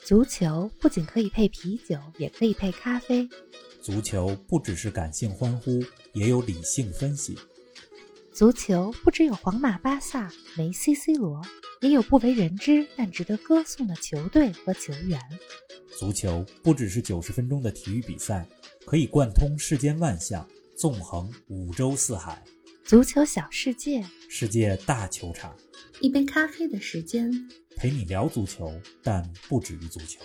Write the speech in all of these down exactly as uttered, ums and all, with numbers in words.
足球不仅可以配啤酒，也可以配咖啡。 足球不只是感性欢呼，也有理性分析。 足球不只有皇马、巴萨、梅西、C 罗，也有不为人知但值得歌颂的球队和球员。 足球不只是九十分钟的体育比赛，可以贯通世间万象，纵横五洲四海。 足球小世界， 世界大球场， 一杯咖啡的时间， 陪你聊足球，但不止于足球。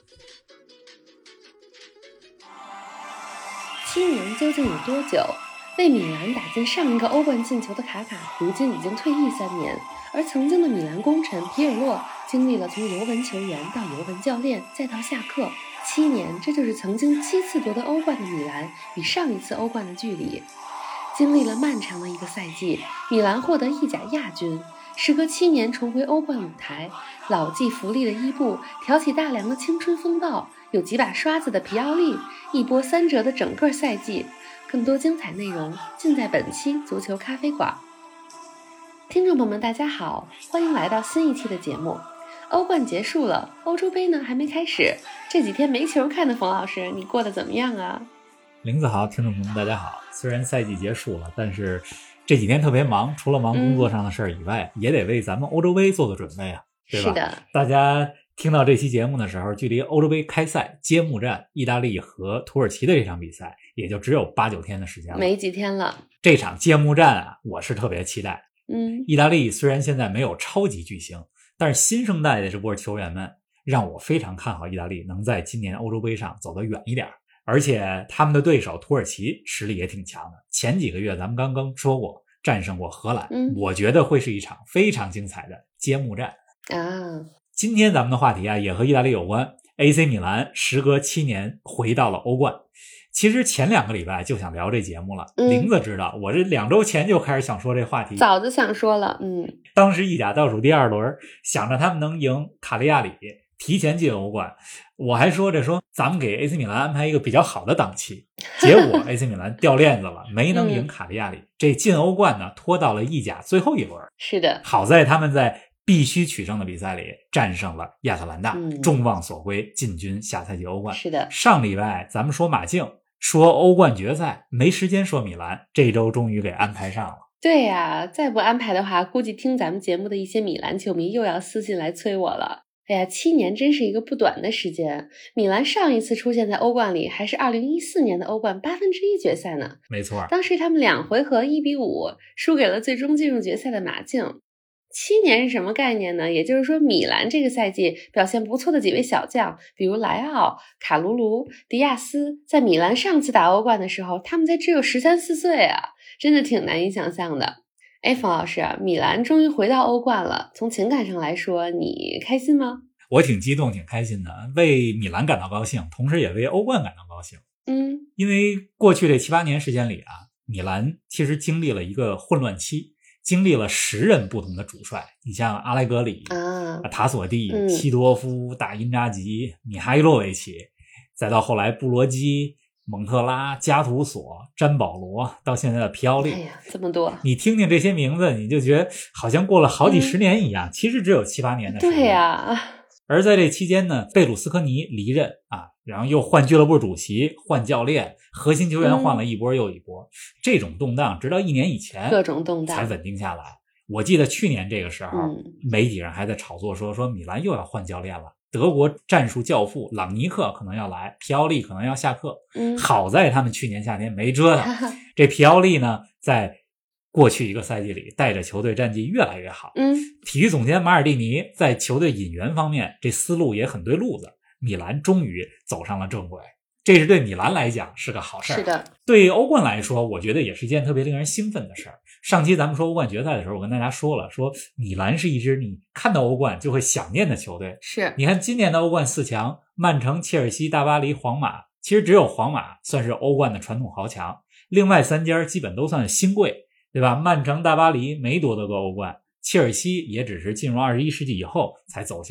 七年究竟有多久？为米兰打进上一个欧冠进球的卡卡，如今已经退役三年，而曾经的米兰功臣皮尔洛经历了从尤文球员到尤文教练再到下课，七年，这就是曾经七次夺得欧冠的米兰与上一次欧冠的距离。经历了漫长的一个赛季，米兰获得意甲亚军，时隔七年重回欧冠舞台，老骥伏枥的伊布挑起大梁的青春风暴，有几把刷子的皮奥利一波三折的整个赛季。更多精彩内容尽在本期足球咖啡馆。听众朋友们大家好，欢迎来到新一期的节目。欧冠结束了，欧洲杯呢还没开始，这几天没球看的冯老师，你过得怎么样啊？ 林子豪，听众朋友们大家好。虽然赛季结束了，但是这几天特别忙，除了忙工作上的事儿以外、嗯、也得为咱们欧洲杯做个准备啊，对吧？ 是的。 大家听到这期节目的时候，距离欧洲杯开赛揭幕战意大利和土耳其的这场比赛也就只有八九天的时间了， 没几天了。 这场揭幕战啊，我是特别期待。 嗯， 意大利虽然现在没有超级巨星，但是新生代的这波球员们让我非常看好意大利能在今年欧洲杯上走得远一点。而且他们的对手土耳其实力也挺强的，前几个月咱们刚刚说过战胜过荷兰、 嗯、 我觉得会是一场非常精彩的揭幕战啊。 今天咱们的话题啊也和意大利有关， A C 米兰时隔七年回到了欧冠。其实前两个礼拜就想聊这节目了、嗯、玲子知道我这两周前就开始想说这话题， 早就想说了。嗯， 当时意甲倒数第二轮，想着他们能赢卡利亚里提前进欧冠，我还说着说咱们给 A C 米兰安排一个比较好的档期，结果 A C 米兰掉链子了，没能赢卡利亚里、嗯、这进欧冠呢拖到了意甲最后一轮。 是的， 好在他们在必须取胜的比赛里战胜了亚特兰大、嗯、众望所归，进军下赛季欧冠。 是的， 上礼拜咱们说马竞，说欧冠决赛，没时间说米兰，这周终于给安排上了。 对呀、啊，再不安排的话，估计听咱们节目的一些米兰球迷又要私信来催我了。哎呀，七年真是一个不短的时间。米兰上一次出现在欧冠里还是二零一四年的欧冠八分之一决赛呢。 没错， 当时他们两回合一比五输给了最终进入决赛的马竞。七年是什么概念呢？也就是说，米兰这个赛季表现不错的几位小将，比如莱奥、卡卢卢、迪亚斯，在米兰上次打欧冠的时候，他们才只有十三四岁啊，真的挺难以想象的。哎，冯老师啊，米兰终于回到欧冠了，从情感上来说，你开心吗？ 我挺激动挺开心的，为米兰感到高兴，同时也为欧冠感到高兴。 嗯，因为过去这七八年时间里啊，米兰其实经历了一个混乱期，经历了十任不同的主帅，你像阿莱格里、 啊、 塔索蒂、 嗯、 西多夫、大因扎吉、米哈伊洛维奇，再到后来布罗基、蒙特拉、加图索、詹保罗，到现在的皮奥利。 哎呀，这么多！ 你听听这些名字，你就觉得好像过了好几十年一样，嗯、其实只有七八年的时间。 对呀、啊。 而在这期间呢，贝鲁斯科尼离任啊，然后又换俱乐部主席、换教练，核心球员换了一波又一波，嗯、这种动荡直到一年以前各种动荡才稳定下来。我记得去年这个时候， 嗯、 媒体上还在炒作说说米兰又要换教练了。德国战术教父朗尼克可能要来，皮奥利可能要下课。 嗯， 好在他们去年夏天没折腾。这皮奥利呢，在过去一个赛季里带着球队战绩越来越好。 嗯， 体育总监马尔蒂尼在球队引援方面这思路也很对路子，米兰终于走上了正轨。这是对米兰来讲是个好事儿。 是的， 对欧冠来说，我觉得也是一件特别令人兴奋的事儿。上期咱们说欧冠决赛的时候，我跟大家说了，说米兰是一支你看到欧冠就会想念的球队。 是， 你看今年的欧冠四强，曼城、切尔西、大巴黎、皇马，其实只有皇马算是欧冠的传统豪强，另外三家基本都算是新贵，对吧？曼城、大巴黎没夺得过欧冠，切尔西也只是进入二十一世纪以后才走向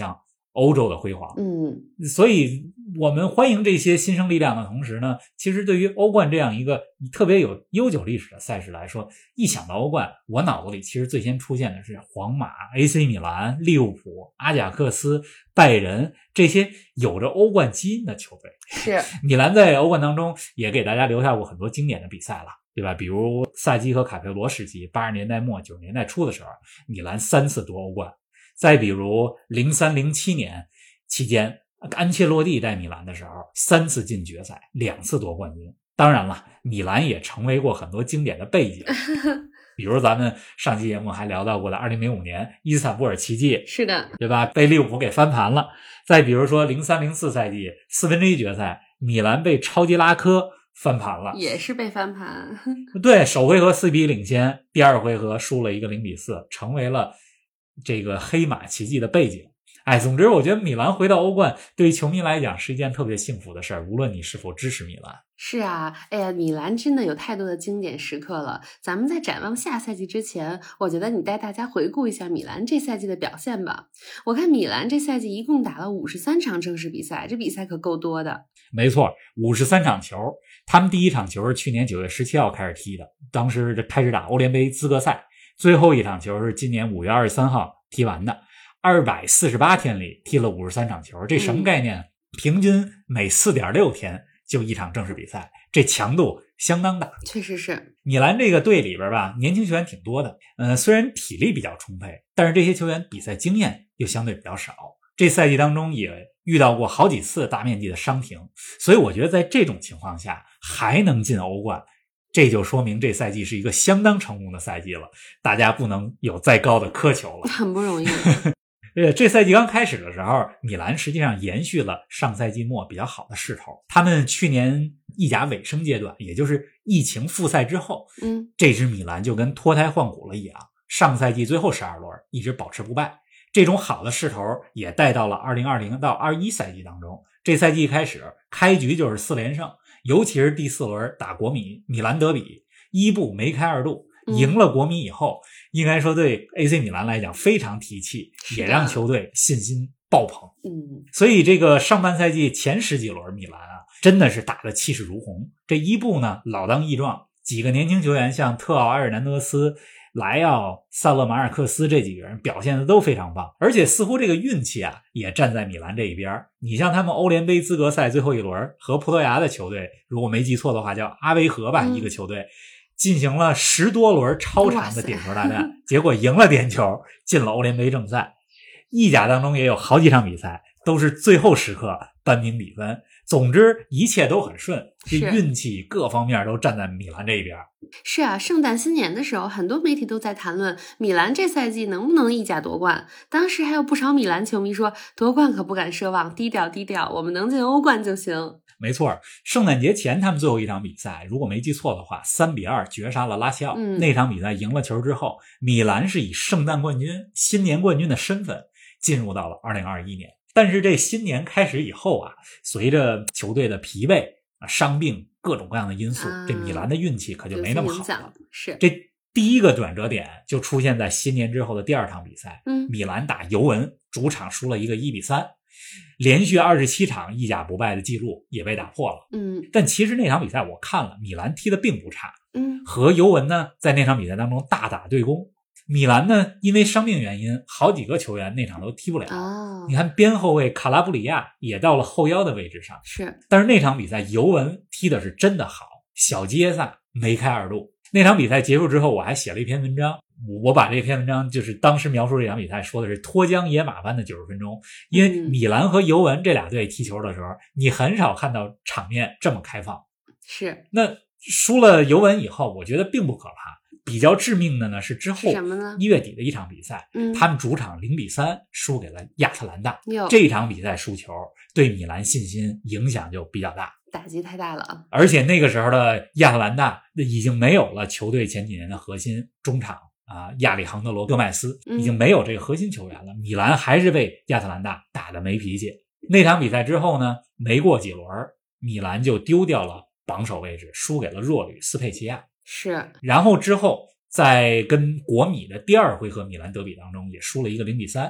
欧洲的辉煌。 嗯， 所以我们欢迎这些新生力量的同时呢，其实对于欧冠这样一个特别有悠久历史的赛事来说，一想到欧冠，我脑子里其实最先出现的是皇马、A C 米兰、利物浦、阿贾克斯、拜仁这些有着欧冠基因的球队。 是米兰在欧冠当中也给大家留下过很多经典的比赛了，对吧？比如萨基和卡佩罗时期，八十年代末九十年代初的时候，米兰三次夺欧冠。再比如零三零七年期间，安切洛蒂带米兰的时候，三次进决赛，两次夺冠军。当然了，米兰也成为过很多经典的背景，比如咱们上期节目还聊到过的二零零五年伊斯坦布尔奇迹， 是的， 对吧？被利物浦给翻盘了。再比如说零三零四赛季四分之一决赛，米兰被超级拉科翻盘了， 也是被翻盘。 对，首回合四比一领先，第二回合输了一个零比四，成为了这个黑马奇迹的背景。哎，总之我觉得米兰回到欧冠对于球迷来讲是一件特别幸福的事儿，无论你是否支持米兰。 是啊，哎呀，米兰真的有太多的经典时刻了。咱们在展望下赛季之前，我觉得你带大家回顾一下米兰这赛季的表现吧。我看米兰这赛季一共打了五十三场正式比赛，这比赛可够多的。 没错，五十三场球，他们第一场球是去年九月十七号开始踢的，当时开始打欧联杯资格赛，最后一场球是今年五月二十三号踢完的。二百四十八天里踢了五十三场球，这什么概念？嗯、平均每 四点六 天就一场正式比赛，这强度相当大。 确实是。 米兰这个队里边吧，年轻球员挺多的，呃，虽然体力比较充沛，但是这些球员比赛经验又相对比较少。这赛季当中也遇到过好几次大面积的伤停，所以我觉得在这种情况下还能进欧冠，这就说明这赛季是一个相当成功的赛季了，大家不能有再高的苛求了。 很不容易。 呃，这赛季刚开始的时候，米兰实际上延续了上赛季末比较好的势头。他们去年意甲尾声阶段，也就是疫情复赛之后， 嗯， 这支米兰就跟脱胎换骨了一样，上赛季最后十二轮一直保持不败。这种好的势头也带到了二零二零到二十一赛季当中。这赛季开始，开局就是四连胜，尤其是第四轮打国米，米兰德比，伊布梅开二度。赢了国米以后，应该说对 A C 米兰来讲非常提气，也让球队信心爆棚。 嗯， 所以这个上半赛季前十几轮米兰啊，真的是打得气势如虹。这伊布呢，老当益壮，几个年轻球员像特奥埃尔南德斯、莱奥、萨勒马尔克斯这几个人表现的都非常棒，而且似乎这个运气啊也站在米兰这一边。你像他们欧联杯资格赛最后一轮和葡萄牙的球队，如果没记错的话叫阿维河吧、嗯、一个球队进行了十多轮超长的点球大战，结果赢了点球，进了欧联杯正赛。意甲当中也有好几场比赛都是最后时刻扳平比分。总之一切都很顺，这运气各方面都站在米兰这一边。 是啊，圣诞新年的时候，很多媒体都在谈论米兰这赛季能不能意甲夺冠。当时还有不少米兰球迷说，夺冠可不敢奢望，低调低调，我们能进欧冠就行。 没错，圣诞节前他们最后一场比赛，如果没记错的话，三比二绝杀了拉齐奥。 嗯， 那场比赛赢了球之后，米兰是以圣诞冠军、新年冠军的身份进入到了二零二一年。但是这新年开始以后啊，随着球队的疲惫、伤病各种各样的因素， 啊、 这米兰的运气可就没那么好了。 是， 这第一个转折点就出现在新年之后的第二场比赛， 嗯， 米兰打尤文，主场输了一个一比三。连续二十七场意甲不败的记录也被打破了。 嗯， 但其实那场比赛我看了，米兰踢得并不差。 嗯， 和尤文呢在那场比赛当中大打对攻。米兰呢因为伤病原因，好几个球员那场都踢不了。 哦， 你看边后卫卡拉布里亚也到了后腰的位置上。 是， 但是那场比赛尤文踢的是真的好，小杰萨梅开二度。那场比赛结束之后，我还写了一篇文章。我把这篇文章就是当时描述这场比赛说的是脱缰野马般的九十分钟，因为米兰和尤文这俩队踢球的时候，你很少看到场面这么开放。 是， 那输了尤文以后，我觉得并不可怕。比较致命的呢是之后一月底的一场比赛， 嗯， 他们主场零比三输给了亚特兰大。 嗯、 这场比赛输球对米兰信心影响就比较大。 打击太大了啊！ 而且那个时候的亚特兰大已经没有了球队前几年的核心中场啊，亚里杭德罗·戈麦斯已经没有这个核心球员了。嗯、米兰还是被亚特兰大打得没脾气。那场比赛之后呢，没过几轮，米兰就丢掉了榜首位置，输给了弱旅斯佩齐亚。 是， 然后之后在跟国米的第二回合米兰德比当中也输了一个零比三。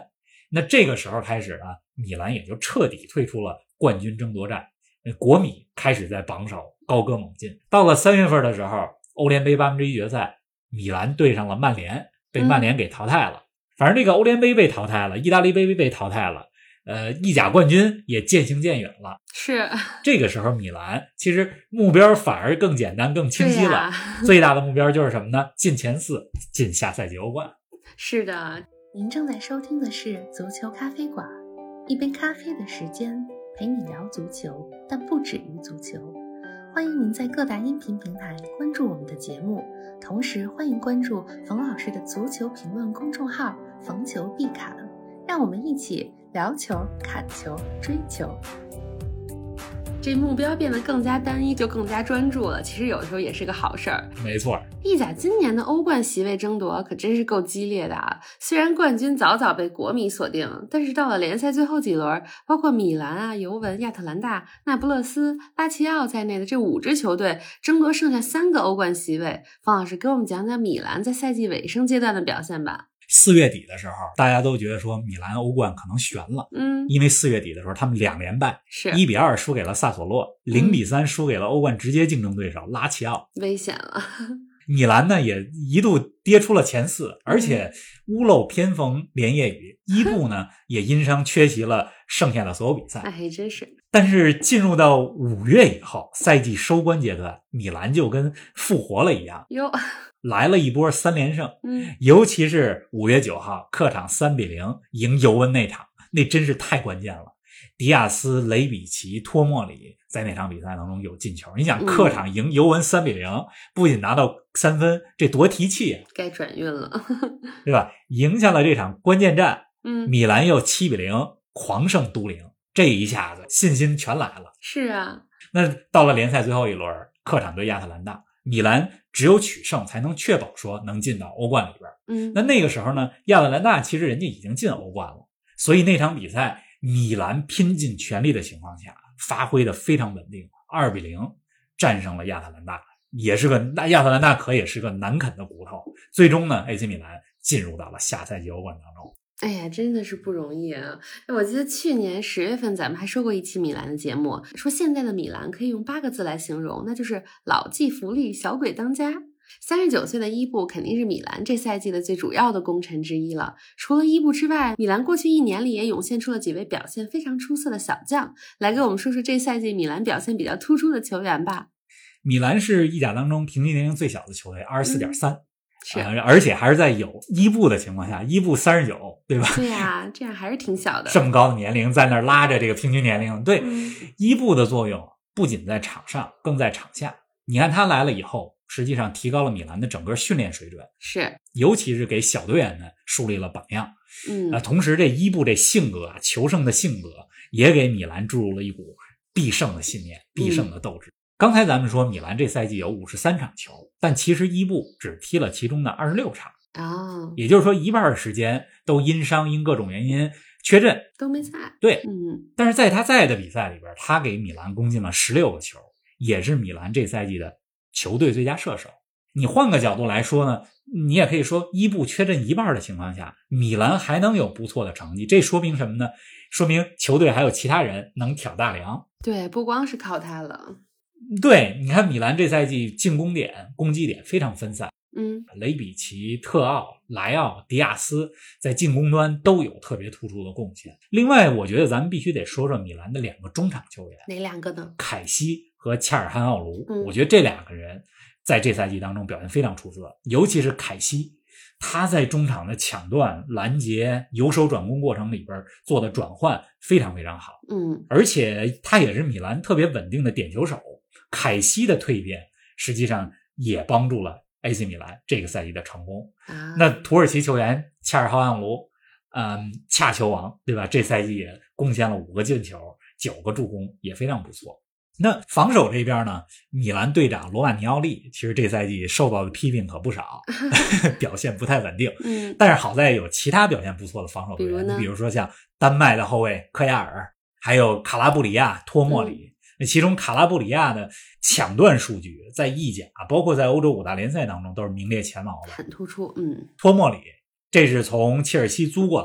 那这个时候开始呢，米兰也就彻底退出了冠军争夺战，国米开始在榜首高歌猛进。到了三月份的时候，欧联杯八分之一决赛，米兰对上了曼联，被曼联给淘汰了。嗯、反正这个欧联杯被淘汰了，意大利杯被淘汰了，呃，意甲冠军也渐行渐远了。 是， 这个时候米兰其实目标反而更简单更清晰了、啊、最大的目标就是什么呢？进前四，进下赛季欧冠。 是的。 您正在收听的是足球咖啡馆，一杯咖啡的时间陪你聊足球，但不止于足球。欢迎您在各大音频平台关注我们的节目，同时欢迎关注冯老师的足球评论公众号冯球必侃，让我们一起聊球、砍球、追球。 这目标变得更加单一，就更加专注了，其实有时候也是个好事儿。 没错， 意甲今年的欧冠席位争夺可真是够激烈的啊！虽然冠军早早被国米锁定，但是到了联赛最后几轮，包括米兰啊、尤文、亚特兰大、那不勒斯、拉齐奥在内的这五支球队争夺剩下三个欧冠席位。方老师给我们讲讲米兰在赛季尾声阶段的表现吧。 四月底的时候，大家都觉得说米兰欧冠可能悬了， 嗯， 因为四月底的时候他们两连败， 是一比二输给了萨索洛，零比三输给了欧冠直接竞争对手拉齐奥， 危险了。 米兰呢也一度跌出了前四，而且屋漏偏逢连夜雨，伊布呢也因伤缺席了剩下的所有比赛。 哎，真是。 但是进入到五月以后，赛季收官阶段，米兰就跟复活了一样， 哟， 来了一波三连胜。 嗯， 尤其是五月九号客场三比零赢尤文那场，那真是太关键了。迪亚斯、雷比奇、托莫里在那场比赛当中有进球，你想客场赢尤文三比零、嗯，不仅拿到三分，这多提气啊！ 该转运了， 对吧？赢下了这场关键战， 嗯， 米兰又七比零狂胜都灵，这一下子信心全来了。 是啊， 那到了联赛最后一轮，客场对亚特兰大，米兰只有取胜才能确保说能进到欧冠里边。 嗯， 那那个时候呢，亚特兰大其实人家已经进欧冠了，所以那场比赛米兰拼尽全力的情况下，发挥的非常稳定，二比零战胜了亚特兰大，也是个那亚特兰大可也是个难啃的骨头。最终呢 ，A C 米兰进入到了下赛季欧冠当中。 哎呀，真的是不容易啊！我记得去年十月份咱们还说过一期米兰的节目，说现在的米兰可以用八个字来形容，那就是老骥伏枥，小鬼当家。三十九岁的伊布肯定是米兰这赛季的最主要的功臣之一了。除了伊布之外，米兰过去一年里也涌现出了几位表现非常出色的小将，来给我们说说这赛季米兰表现比较突出的球员吧。 米兰是意甲当中平均年龄最小的球队 二十四点三、嗯是、 呃，而且还是在有伊布的情况下，伊布三十九，对吧？ 对呀、啊，这样还是挺小的。 这么高的年龄在那儿拉着这个平均年龄，对、 嗯、 伊布的作用不仅在场上，更在场下。你看他来了以后，实际上提高了米兰的整个训练水准， 是， 尤其是给小队员们树立了榜样。 嗯， 呃，同时这伊布这性格啊，求胜的性格也给米兰注入了一股必胜的信念、必胜的斗志。嗯刚才咱们说米兰这赛季有五十三场球，但其实伊布只踢了其中的二十六场哦， 也就是说一半的时间都因伤因各种原因缺阵都没赛。 对， 嗯， 但是在他在的比赛里边，他给米兰攻进了十六个球，也是米兰这赛季的球队最佳射手。你换个角度来说呢，你也可以说伊布缺阵一半的情况下，米兰还能有不错的成绩，这说明什么呢？说明球队还有其他人能挑大梁。 对，不光是靠他了。 对，你看米兰这赛季进攻点、攻击点非常分散。 嗯， 雷比奇、特奥、莱奥、迪亚斯在进攻端都有特别突出的贡献。另外，我觉得咱们必须得说说米兰的两个中场球员， 哪两个呢？ 凯西和恰尔汗奥卢、 嗯。 我觉得这两个人在这赛季当中表现非常出色，尤其是凯西，他在中场的抢断、拦截、由守转攻过程里边做的转换非常非常好。 嗯， 而且他也是米兰特别稳定的点球手。凯西的蜕变实际上也帮助了 A C 米兰这个赛季的成功。 啊、 那土耳其球员恰尔汗奥卢，嗯，恰球王，对吧？这赛季也贡献了五个进球，九个助攻，也非常不错。那防守这边呢，米兰队长罗马尼奥利其实这赛季受到的批评可不少，表现不太稳定。 嗯， 但是好在有其他表现不错的防守队员，比如说像丹麦的后卫科亚尔，还有卡拉布里亚、托莫里。嗯，那其中卡拉布里亚的抢断数据在意甲包括在欧洲五大联赛当中都是名列前茅的， 很突出。嗯， 托莫里这是从切尔西租过来的，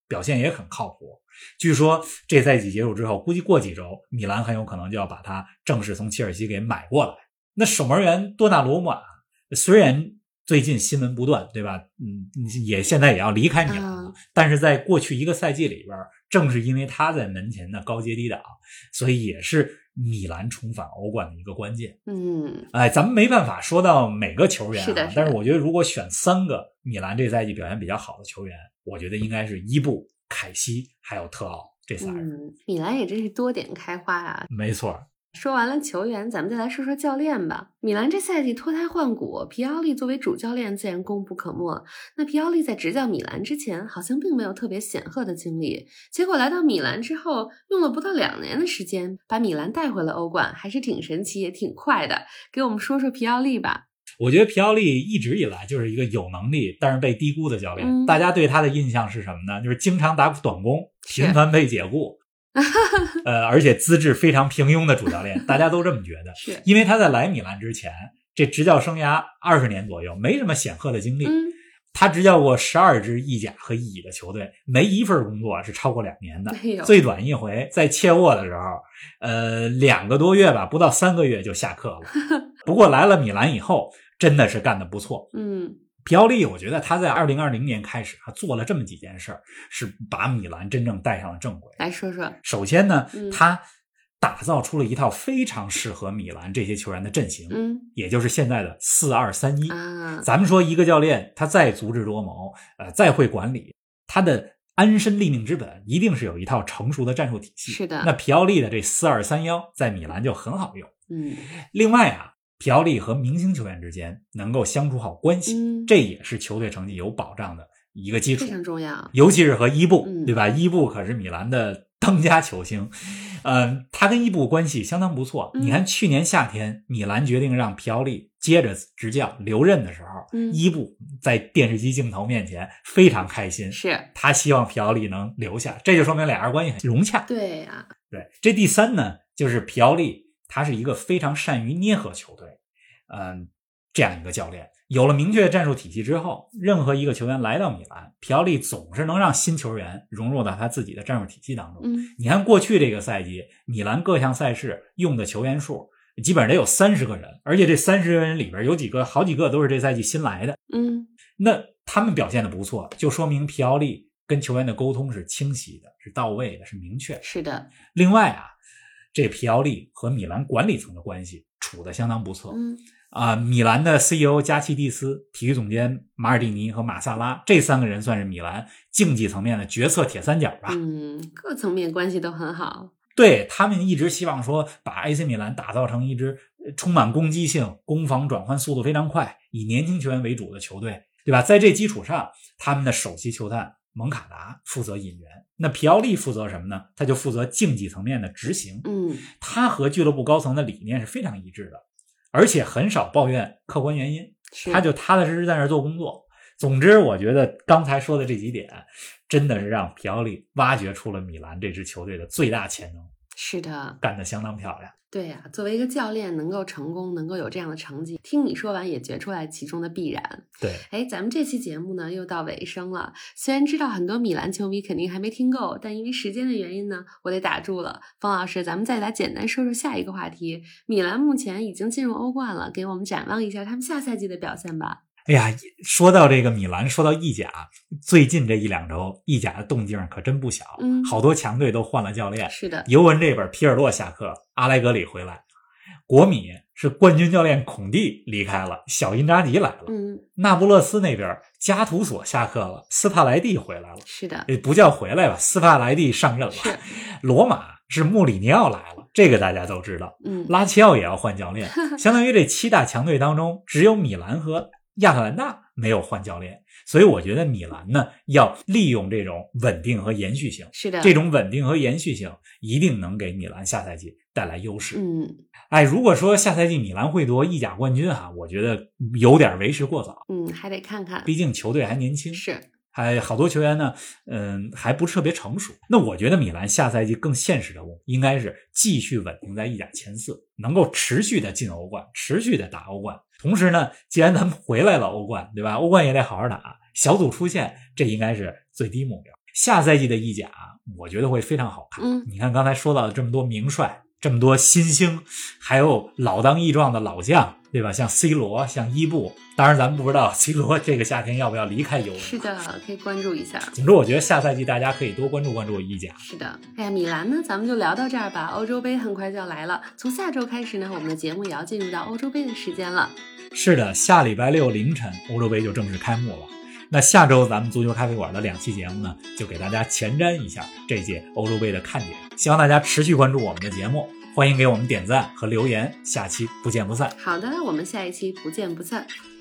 表现也很靠谱。据说这赛季结束之后，估计过几周米兰很有可能就要把他正式从切尔西给买过来。那守门员多纳鲁马虽然最近新闻不断，对吧？嗯，也现在也要离开米兰了， 嗯、 但是在过去一个赛季里边，正是因为他在门前的高接低挡，所以也是米兰重返欧冠的一个关键。 嗯， 哎，咱们没办法说到每个球员、啊， 是的，是的， 但是我觉得如果选三个米兰这赛季表现比较好的球员，我觉得应该是伊布、凯西还有特奥这仨人。 嗯，米兰也真是多点开花啊。 没错。 说完了球员，咱们再来说说教练吧。米兰这赛季脱胎换骨，皮奥利作为主教练自然功不可没。那皮奥利在执教米兰之前，好像并没有特别显赫的经历，结果来到米兰之后，用了不到两年的时间，把米兰带回了欧冠，还是挺神奇也挺快的。给我们说说皮奥利吧。 我觉得皮奥利一直以来就是一个有能力但是被低估的教练、 嗯、 大家对他的印象是什么呢？就是经常打短工，频繁被解雇呃，而且资质非常平庸的主教练，大家都这么觉得。 是因为他在来米兰之前，这执教生涯二十年左右，没什么显赫的经历。 嗯， 他执教过十二支意甲和意乙的球队，没一份工作是超过两年的。 哎、 最短一回在切沃的时候，呃，两个多月吧，不到三个月就下课了。不过来了米兰以后，真的是干得不错。 嗯。 皮奥利，我觉得他在二零二零年开始，他做了这么几件事儿，是把米兰真正带上了正轨。 来说说， 首先呢， 嗯、 他打造出了一套非常适合米兰这些球员的阵型， 嗯， 也就是现在的四二三一。 啊， 咱们说一个教练，他再足智多谋，呃，再会管理，他的安身立命之本一定是有一套成熟的战术体系。 是的， 那皮奥利的这四二三一在米兰就很好用。 嗯， 另外啊。皮奥利和明星球员之间能够相处好关系、 嗯、 这也是球队成绩有保障的一个基础， 非常重要。 尤其是和伊布、 嗯、 对吧？伊布可是米兰的当家球星，呃，他跟伊布关系相当不错、嗯、你看去年夏天米兰决定让皮奥利接着执教留任的时候、 嗯、 伊布在电视机镜头面前非常开心， 是他希望皮奥利能留下，这就说明俩人关系很融洽。 对呀、啊， 对。这第三呢，就是皮奥利他是一个非常善于捏合球队，嗯，这样一个教练。有了明确的战术体系之后，任何一个球员来到米兰，皮奥利总是能让新球员融入到他自己的战术体系当中。 嗯， 你看过去这个赛季，米兰各项赛事用的球员数基本上得有三十个人，而且这三十个人里边有几个好几个都是这赛季新来的。 嗯， 那他们表现的不错，就说明皮奥利跟球员的沟通是清晰的，是到位的，是明确的。 是的。 另外啊，这皮奥利和米兰管理层的关系处得相当不错。 嗯， 啊、呃，米兰的 C E O 加奇蒂斯、体育总监马尔蒂尼和马萨拉这三个人算是米兰竞技层面的决策铁三角吧。 嗯，各层面关系都很好。 对，他们一直希望说把 A C 米兰打造成一支充满攻击性、攻防转换速度非常快、以年轻球员为主的球队，对吧？在这基础上，他们的首席球探蒙卡达负责引援，那皮奥利负责什么呢？他就负责竞技层面的执行。 嗯， 他和俱乐部高层的理念是非常一致的，而且很少抱怨客观原因，他就踏踏实实在那儿做工作。总之，我觉得刚才说的这几点，真的是让皮奥利挖掘出了米兰这支球队的最大潜能。 是的， 干得相当漂亮。 对呀、啊，作为一个教练能够成功，能够有这样的成绩，听你说完也觉出来其中的必然。 对， 哎，咱们这期节目呢又到尾声了。虽然知道很多米兰球迷肯定还没听够，但因为时间的原因呢，我得打住了。方老师，咱们再来简单说说下一个话题。米兰目前已经进入欧冠了，给我们展望一下他们下赛季的表现吧。 哎呀，说到这个米兰，说到意甲，最近这一两周意甲的动静可真不小， 嗯， 好多强队都换了教练。 是的， 尤文这边皮尔洛下课，阿莱格里回来，国米是冠军教练孔蒂离开了，小因扎吉来了。 嗯， 那不勒斯那边加图索下课了，斯帕莱蒂回来了。 是的， 不叫回来吧，斯帕莱蒂上任了。 是， 罗马是穆里尼奥来了，这个大家都知道。 嗯， 拉齐奥也要换教练，相当于这七大强队当中，只有米兰和亚特兰大没有换教练，所以我觉得米兰呢要利用这种稳定和延续性。 是的， 这种稳定和延续性一定能给米兰下赛季带来优势。 嗯， 哎，如果说下赛季米兰会夺意甲冠军哈，我觉得有点为时过早。 嗯，还得看看， 毕竟球队还年轻。 是。 还好多球员呢，嗯，还不是特别成熟。那我觉得米兰下赛季更现实的务应该是继续稳定在意甲前四，能够持续的进欧冠，持续的打欧冠。同时呢，既然咱们回来了欧冠，对吧？欧冠也得好好打，小组出线，这应该是最低目标。 下赛季的意甲我觉得会非常好看。 嗯， 你看刚才说到的这么多名帅，这么多新星，还有老当益壮的老将，对吧？像 C 罗，像伊布，当然咱们不知道 C 罗这个夏天要不要离开尤文。 是的，可以关注一下。 总之我觉得下赛季大家可以多关注关注意甲。 是的，哎呀，米兰呢咱们就聊到这儿吧，欧洲杯很快就要来了，从下周开始呢，我们的节目也要进入到欧洲杯的时间了。 是的，下礼拜六凌晨欧洲杯就正式开幕了。那下周咱们足球咖啡馆的两期节目呢，就给大家前瞻一下这届欧洲杯的看点，希望大家持续关注我们的节目，欢迎给我们点赞和留言，下期不见不散。 好的，我们下一期不见不散。